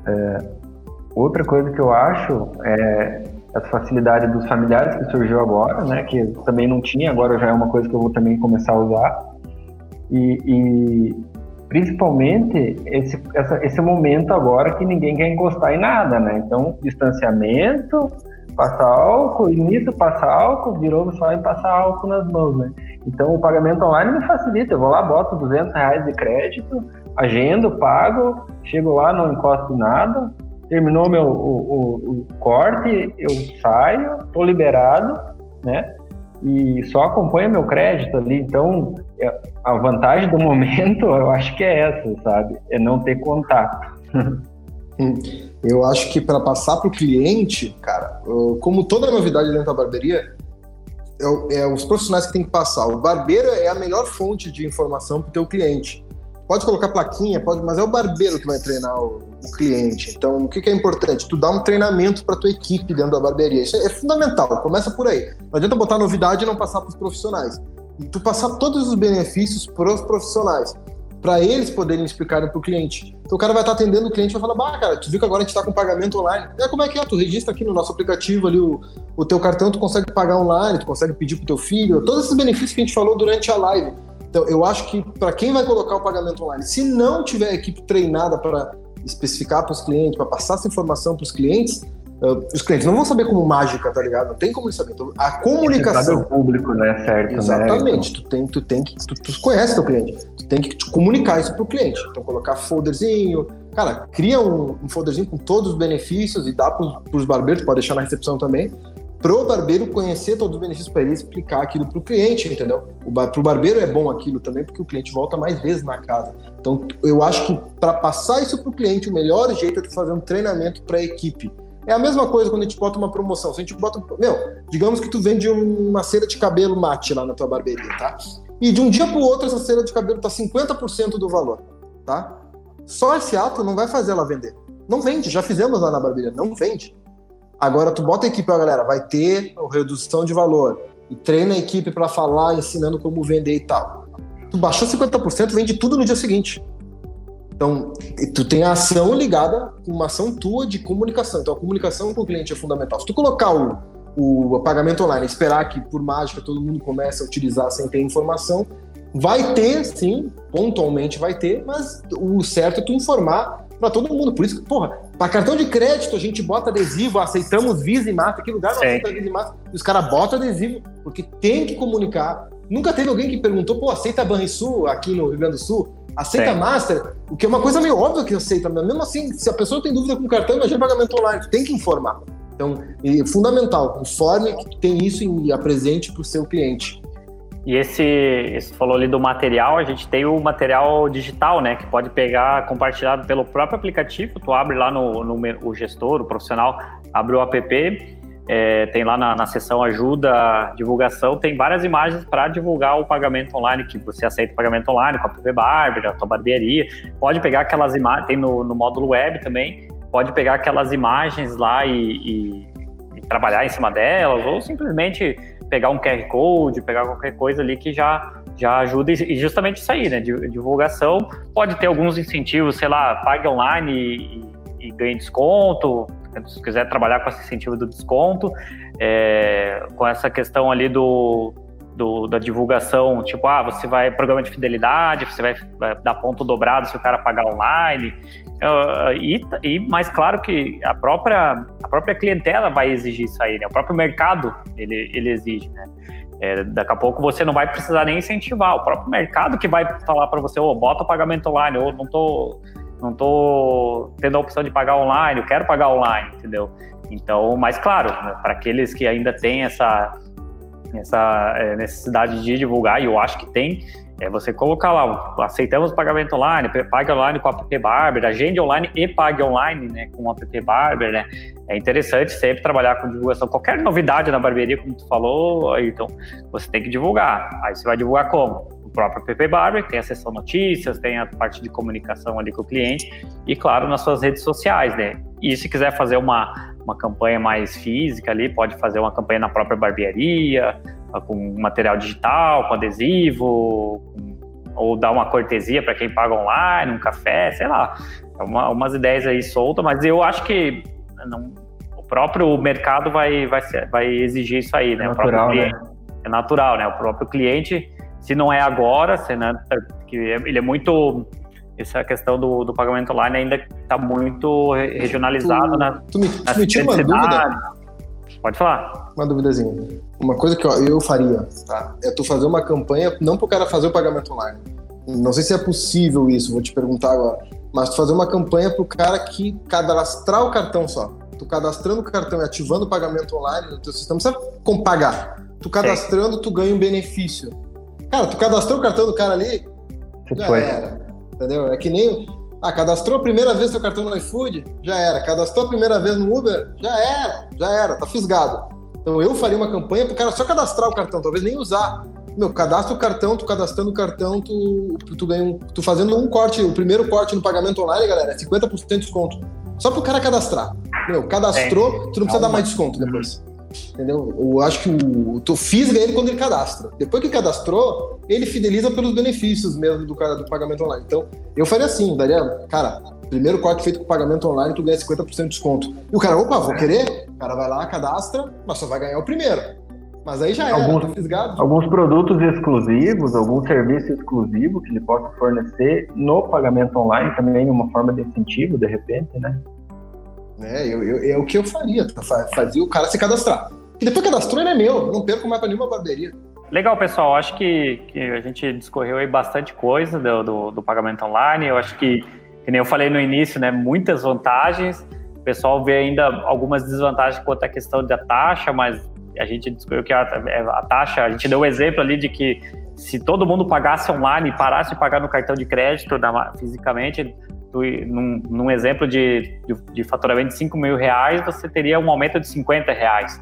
Outra coisa que eu acho essa facilidade dos familiares que surgiu agora, né, que eu também não tinha, agora já é uma coisa que eu vou também começar a usar, e principalmente esse momento agora que ninguém quer encostar em nada, né, então distanciamento, passa álcool, e nisso passa álcool, virou só em passar álcool nas mãos, né, então o pagamento online me facilita, eu vou lá, boto R$200 de crédito, agendo, pago, chego lá, não encosto em nada, terminou o corte, eu saio, estou liberado, né? E só acompanha meu crédito ali. Então, a vantagem do momento, eu acho que é essa, sabe? É não ter contato. Eu acho que para passar para o cliente, cara, como toda novidade dentro da barbearia, os profissionais que tem que passar. O barbeiro é a melhor fonte de informação para o teu cliente. Pode colocar plaquinha, mas é o barbeiro que vai treinar o cliente. Então, o que é importante? Tu dá um treinamento para tua equipe dentro da barbearia. Isso é fundamental, começa por aí. Não adianta botar novidade e não passar para os profissionais. E tu passar todos os benefícios para os profissionais, para eles poderem explicarem para o cliente. Então, o cara vai estar atendendo o cliente e vai falar, cara, tu viu que agora a gente está com pagamento online. Como é que é? Tu registra aqui no nosso aplicativo ali o teu cartão, tu consegue pagar online, tu consegue pedir pro teu filho, todos esses benefícios que a gente falou durante a live. Então, eu acho que para quem vai colocar o pagamento online, se não tiver a equipe treinada para especificar para os clientes, para passar essa informação para os clientes não vão saber como mágica, tá ligado? Não tem como eles saber. Então, a comunicação... o público, né? Certo, exatamente. Né? Tu conhece teu cliente. Tu tem que comunicar isso pro cliente. Então, colocar folderzinho... Cara, cria um folderzinho com todos os benefícios e dá pros barbeiros, pode deixar na recepção também, pro barbeiro conhecer todos os benefícios para ele explicar aquilo pro cliente, entendeu? Pro barbeiro é bom aquilo também, porque o cliente volta mais vezes na casa. Então, eu acho que para passar isso pro cliente, o melhor jeito é tu fazer um treinamento para a equipe. É a mesma coisa quando a gente bota uma promoção. Se a gente bota... digamos que tu vende uma cera de cabelo mate lá na tua barbearia, tá? E de um dia pro outro, essa cera de cabelo tá 50% do valor, tá? Só esse ato não vai fazer ela vender. Não vende, já fizemos lá na barbearia, não vende. Agora, tu bota a equipe, galera, vai ter redução de valor. E treina a equipe para falar, ensinando como vender e tal. Tu baixou 50%, vende tudo no dia seguinte. Então, tu tem a ação ligada com uma ação tua de comunicação. Então, a comunicação com o cliente é fundamental. Se tu colocar o pagamento online, esperar que por mágica todo mundo comece a utilizar sem ter informação, vai ter, sim, pontualmente vai ter, mas o certo é tu informar para todo mundo. Por isso que, para cartão de crédito a gente bota adesivo, aceitamos Visa e Master, que lugar não aceita Visa e Master, e os caras botam adesivo, porque tem que comunicar. Nunca teve alguém que perguntou, aceita a Banrisul aqui no Rio Grande do Sul? Aceita Master? O que é uma coisa meio óbvia que aceita, mas mesmo assim, se a pessoa tem dúvida com o cartão, imagina pagamento online, tem que informar. Então, é fundamental, informe que tem isso e apresente para o seu cliente. E esse falou ali do material, a gente tem o material digital, né, que pode pegar compartilhado pelo próprio aplicativo, tu abre lá o gestor, o profissional, abre o app, tem lá na seção ajuda, divulgação, tem várias imagens para divulgar o pagamento online, que você aceita o pagamento online com a app Barber, a tua barbearia, pode pegar aquelas imagens, tem no módulo web também, pode pegar aquelas imagens lá e trabalhar em cima delas, ou simplesmente pegar um QR Code, pegar qualquer coisa ali que já ajuda, e justamente isso aí, né, divulgação. Pode ter alguns incentivos, sei lá, pague online e ganhe desconto, se quiser trabalhar com esse incentivo do desconto, com essa questão ali da divulgação, tipo, você vai programa de fidelidade, você vai dar ponto dobrado se o cara pagar online, mas claro que a própria clientela vai exigir isso aí, né? O próprio mercado ele exige, né? Daqui a pouco você não vai precisar nem incentivar, o próprio mercado que vai falar para você, bota o pagamento online, ou não tô tendo a opção de pagar online, eu quero pagar online, entendeu? Então, mas claro, né, para aqueles que ainda têm essa necessidade de divulgar, e eu acho que tem, você colocar lá, aceitamos pagamento online, pague online com a app Barber, agende online e pague online, né, com a app Barber, né? É interessante sempre trabalhar com divulgação. Qualquer novidade na barbearia, como tu falou, então você tem que divulgar. Aí você vai divulgar como? O próprio app Barber, tem a seção notícias, tem a parte de comunicação ali com o cliente e, claro, nas suas redes sociais, né? E se quiser fazer uma campanha mais física ali, pode fazer uma campanha na própria barbearia, com material digital, com adesivo, ou dar uma cortesia para quem paga online, um café, sei lá, umas ideias aí soltas, mas eu acho que o próprio mercado vai exigir isso aí, né? Natural, né? É natural, né? O próprio cliente, se não é agora, que ele é muito... Essa questão do pagamento online ainda está muito regionalizado Tu me tira uma dúvida? Pode falar. Uma duvidazinha. Uma coisa que eu faria, tá? É tu fazer uma campanha, não pro cara fazer o pagamento online. Não sei se é possível isso, vou te perguntar agora. Mas tu fazer uma campanha pro cara que cadastrar o cartão só. Tu cadastrando o cartão e ativando o pagamento online no teu sistema, não precisa como pagar. Tu cadastrando, tu ganha um benefício. Cara, tu cadastrou o cartão do cara ali, já era. Entendeu? É que nem... cadastrou a primeira vez seu cartão no iFood? Já era. Cadastrou a primeira vez no Uber? Já era. Tá fisgado. Então eu faria uma campanha pro cara só cadastrar o cartão, talvez nem usar. Cadastra o cartão, tu cadastrando o cartão, tu ganha tu fazendo um corte, o primeiro corte no pagamento online, galera, é 50% de desconto. Só pro cara cadastrar. Cadastrou, tu não precisa dar mais desconto depois. Entendeu? Eu acho que tu fisga ele quando ele cadastra. Depois que cadastrou, ele fideliza pelos benefícios mesmo do pagamento online. Então, eu faria assim, daria, cara, primeiro corte feito com pagamento online, tu ganha 50% de desconto. E o cara, vou querer? O cara vai lá, cadastra, mas só vai ganhar o primeiro. Mas aí já tá fisgado. Alguns produtos exclusivos, algum serviço exclusivo que ele possa fornecer no pagamento online também, uma forma de incentivo, de repente, né? É o que eu faria, fazia o cara se cadastrar. E depois cadastrou, ele é meu, não perco mais pra nenhuma barbearia. Legal, pessoal, acho que a gente discorreu aí bastante coisa do pagamento online. Eu acho que nem eu falei no início, né, muitas vantagens. O pessoal vê ainda algumas desvantagens quanto à questão da taxa, mas a gente discorreu que a taxa, a gente deu o exemplo ali de que se todo mundo pagasse online e parasse de pagar no cartão de crédito fisicamente, num exemplo de faturamento de R$5.000, você teria um aumento de R$50,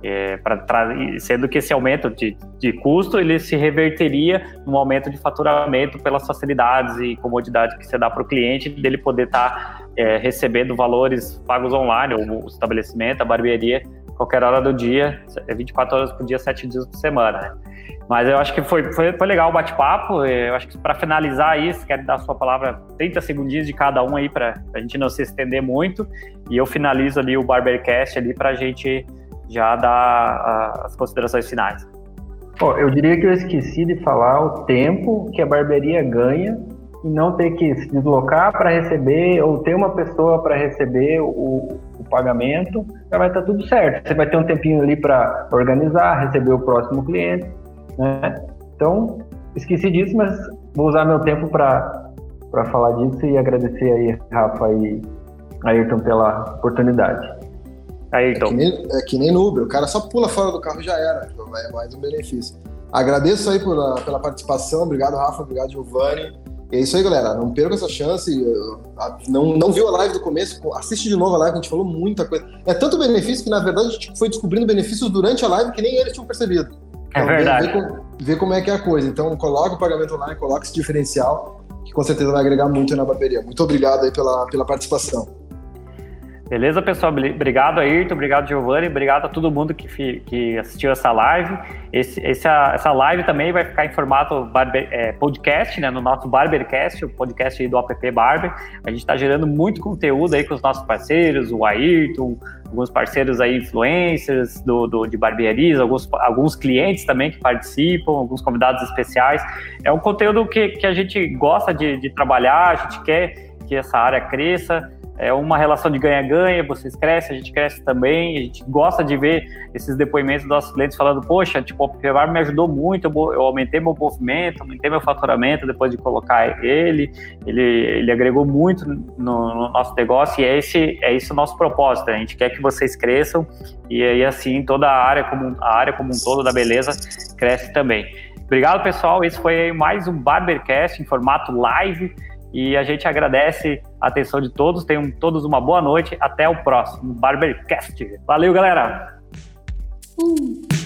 sendo que esse aumento de custo ele se reverteria num aumento de faturamento pelas facilidades e comodidades que você dá para o cliente, dele poder estar recebendo valores pagos online, ou o estabelecimento, a barbearia, qualquer hora do dia, 24 horas por dia, 7 dias por semana, né? Mas eu acho que foi legal o bate-papo. Eu acho que para finalizar isso, quero dar a sua palavra, 30 segundinhos de cada um aí, para a gente não se estender muito. E eu finalizo ali o Barbercast ali para a gente já dar as considerações finais. Eu diria que eu esqueci de falar o tempo que a barbearia ganha e não ter que se deslocar para receber ou ter uma pessoa para receber o pagamento, já vai estar tudo certo. Você vai ter um tempinho ali para organizar, receber o próximo cliente, né? Então, esqueci disso, mas vou usar meu tempo para falar disso e agradecer aí, Rafa e Ayrton, pela oportunidade. Ayrton. É que nem no Uber, o cara só pula fora do carro e já era, é mais um benefício. Agradeço aí pela participação, obrigado Rafa, obrigado Giovanni. E é isso aí, galera, não perca essa chance, não viu a live do começo, assiste de novo a live, que a gente falou muita coisa. É tanto benefício que, na verdade, a gente foi descobrindo benefícios durante a live que nem eles tinham percebido. É verdade. Ver como é que é a coisa. Então, coloca o pagamento online, coloca esse diferencial, que com certeza vai agregar muito na barbearia. Muito obrigado aí pela participação. Beleza, pessoal? Obrigado, Ayrton, obrigado, Giovanni, obrigado a todo mundo que assistiu essa live. Essa live também vai ficar em formato podcast, né, no nosso Barbercast, o podcast aí do app Barber. A gente está gerando muito conteúdo aí com os nossos parceiros, o Ayrton, alguns parceiros aí, influencers de barbearias, alguns clientes também que participam, alguns convidados especiais. É um conteúdo que a gente gosta de trabalhar, a gente quer que essa área cresça. É uma relação de ganha-ganha, vocês crescem, a gente cresce também, a gente gosta de ver esses depoimentos dos nossos clientes falando, poxa, tipo, o app Barber me ajudou muito, eu aumentei meu movimento, aumentei meu faturamento depois de colocar ele agregou muito no nosso negócio, e é esse o nosso propósito, né? A gente quer que vocês cresçam, e aí assim toda a área como um todo da beleza cresce também. Obrigado, pessoal, esse foi mais um Barbercast em formato live, e a gente agradece a atenção de todos. Tenham todos uma boa noite. Até o próximo Barbercast. Valeu, galera!